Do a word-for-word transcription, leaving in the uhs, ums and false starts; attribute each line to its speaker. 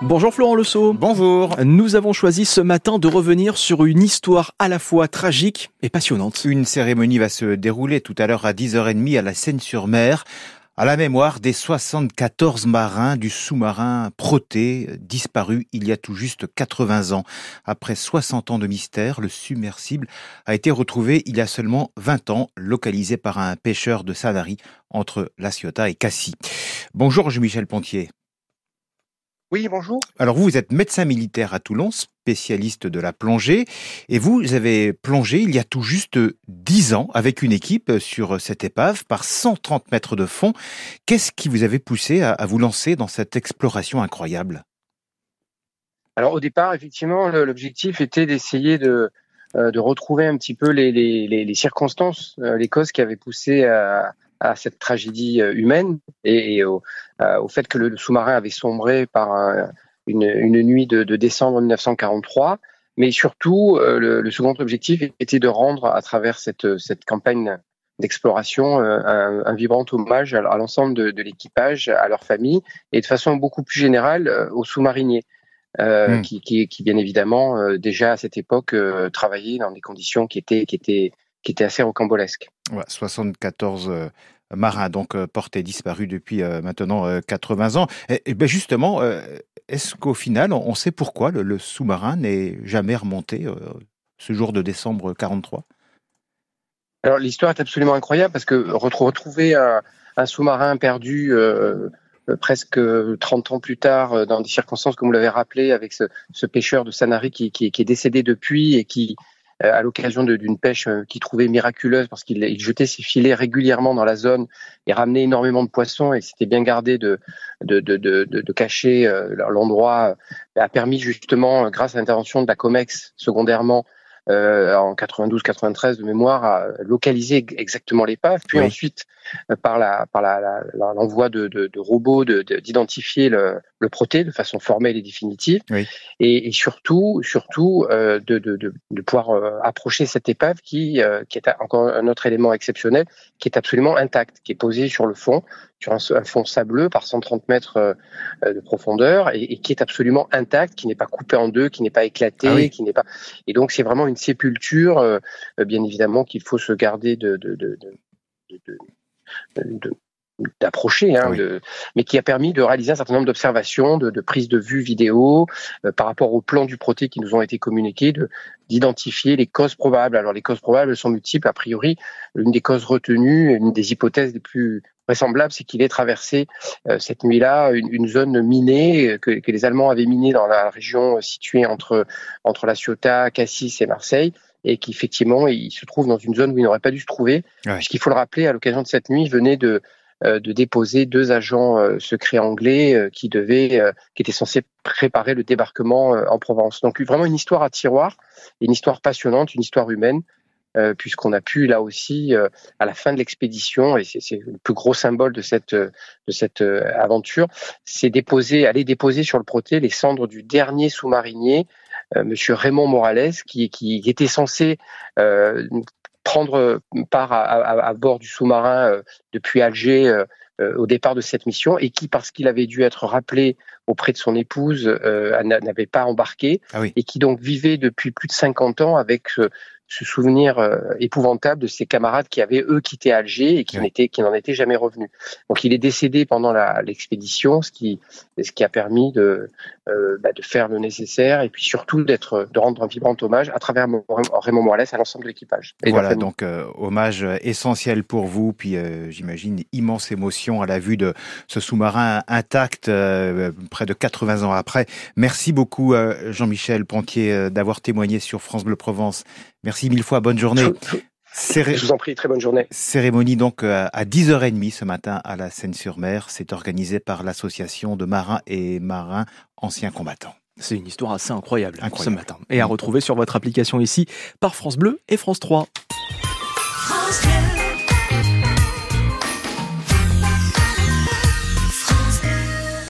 Speaker 1: Bonjour Florent Lesault.
Speaker 2: Bonjour.
Speaker 1: Nous avons choisi ce matin de revenir sur une histoire à la fois tragique et passionnante.
Speaker 2: Une cérémonie va se dérouler tout à l'heure à dix heures trente à la Seyne-sur-Mer, à la mémoire des soixante-quatorze marins du sous-marin Proté, disparu il y a tout juste quatre-vingts ans. Après soixante ans de mystère, le submersible a été retrouvé il y a seulement vingt ans, localisé par un pêcheur de Sanary entre La Ciotat et Cassis. Bonjour Jean-Michel Pontier.
Speaker 3: Oui, bonjour.
Speaker 2: Alors vous, vous êtes médecin militaire à Toulon, spécialiste de la plongée, et vous avez plongé il y a tout juste dix ans avec une équipe sur cette épave par cent trente mètres de fond. Qu'est-ce qui vous avait poussé à, à vous lancer dans cette exploration incroyable ?
Speaker 3: Alors au départ, effectivement, l'objectif était d'essayer de, de retrouver un petit peu les, les, les circonstances, les causes qui avaient poussé à... à cette tragédie humaine et, et au, euh, au fait que le, le sous-marin avait sombré par un, une, une nuit de, de décembre mille neuf cent quarante-trois. Mais surtout, euh, le, le second objectif était de rendre à travers cette, cette campagne d'exploration euh, un, un vibrant hommage à, à l'ensemble de, de l'équipage, à leur famille et de façon beaucoup plus générale euh, aux sous-mariniers. Euh, mmh. qui, qui, qui bien évidemment euh, déjà à cette époque euh, travaillaient dans des conditions qui étaient, qui étaient, qui étaient assez rocambolesques.
Speaker 2: Ouais, soixante-quatorze euh, marins donc euh, portés disparus depuis euh, maintenant euh, quatre-vingts ans. Et, et ben justement, euh, est-ce qu'au final, on, on sait pourquoi le, le sous-marin n'est jamais remonté euh, ce jour de décembre quarante-trois ?
Speaker 3: Alors l'histoire est absolument incroyable parce que retrouver un, un sous-marin perdu euh, presque trente ans plus tard, dans des circonstances comme vous l'avez rappelé, avec ce, ce pêcheur de Sanary qui, qui, qui est décédé depuis et qui, à l'occasion de, d'une pêche qu'il trouvait miraculeuse parce qu'il il jetait ses filets régulièrement dans la zone et ramenait énormément de poissons et s'était bien gardé de, de, de, de, de cacher l'endroit, a permis justement, grâce à l'intervention de la COMEX secondairement, Euh, en quatre-vingt-douze quatre-vingt-treize de mémoire, à localiser exactement l'épave, puis oui. ensuite euh, par la par la, la, la l'envoi de, de, de robots de, de, d'identifier le, le Proté de façon formelle et définitive, oui. et, et surtout surtout euh, de, de, de, de pouvoir euh, approcher cette épave qui euh, qui est encore un autre élément exceptionnel, qui est absolument intact, qui est posé sur le fond, sur un, un fond sableux par cent trente mètres euh, de profondeur, et, et qui est absolument intact, qui n'est pas coupé en deux, qui n'est pas éclaté, ah oui. qui n'est pas, et donc c'est vraiment une sépulture, euh, bien évidemment qu'il faut se garder de, de, de, de, de, de, de d'approcher, hein, oui. de, mais qui a permis de réaliser un certain nombre d'observations, de, de prises de vue vidéo euh, par rapport aux plans du Proté qui nous ont été communiqués, de, d'identifier les causes probables. Alors les causes probables sont multiples. A priori, l'une des causes retenues, une des hypothèses les plus vraisemblables, c'est qu'il ait traversé euh, cette nuit-là une, une zone minée que, que les Allemands avaient minée dans la région située entre entre La Ciotat, Cassis et Marseille, et qu'effectivement il se trouve dans une zone où il n'aurait pas dû se trouver, ouais. puisqu'il faut le rappeler, à l'occasion de cette nuit, il venait de de déposer deux agents euh, secrets anglais euh, qui devaient, euh, qui étaient censés préparer le débarquement euh, en Provence. Donc vraiment une histoire à tiroir, une histoire passionnante, une histoire humaine, euh, puisqu'on a pu là aussi, euh, à la fin de l'expédition, et c'est, c'est le plus gros symbole de cette de cette euh, aventure, c'est déposer, aller déposer sur le Proté les cendres du dernier sous-marinier, euh, Monsieur Raymond Morales, qui qui était censé euh, prendre part à, à, à bord du sous-marin euh, depuis Alger euh, euh, au départ de cette mission, et qui, parce qu'il avait dû être rappelé auprès de son épouse, euh, n'avait pas embarqué, ah oui. et qui donc vivait depuis plus de cinquante ans avec ce, ce souvenir euh, épouvantable de ses camarades qui avaient, eux, quitté Alger et qui, oui. n'étaient, qui n'en étaient jamais revenus. Donc il est décédé pendant la, l'expédition, ce qui, ce qui a permis de, euh, bah, de faire le nécessaire et puis surtout d'être, de rendre un vibrant hommage à travers Raymond Morales à l'ensemble de l'équipage.
Speaker 2: Et voilà, donc euh, hommage essentiel pour vous, puis euh, j'imagine immense émotion à la vue de ce sous-marin intact euh, près de quatre-vingts ans après. Merci beaucoup euh, Jean-Michel Pontier euh, d'avoir témoigné sur France Bleu Provence. Merci mille fois, bonne journée.
Speaker 3: Céré... Je vous en prie, très bonne journée.
Speaker 2: Cérémonie donc à dix heures trente ce matin à la Seyne-sur-Mer. C'est organisé par l'association de marins et marins anciens combattants.
Speaker 1: C'est une histoire assez incroyable, incroyable. ce matin. Et à retrouver sur votre application ici par France Bleu et France trois. France Bleu.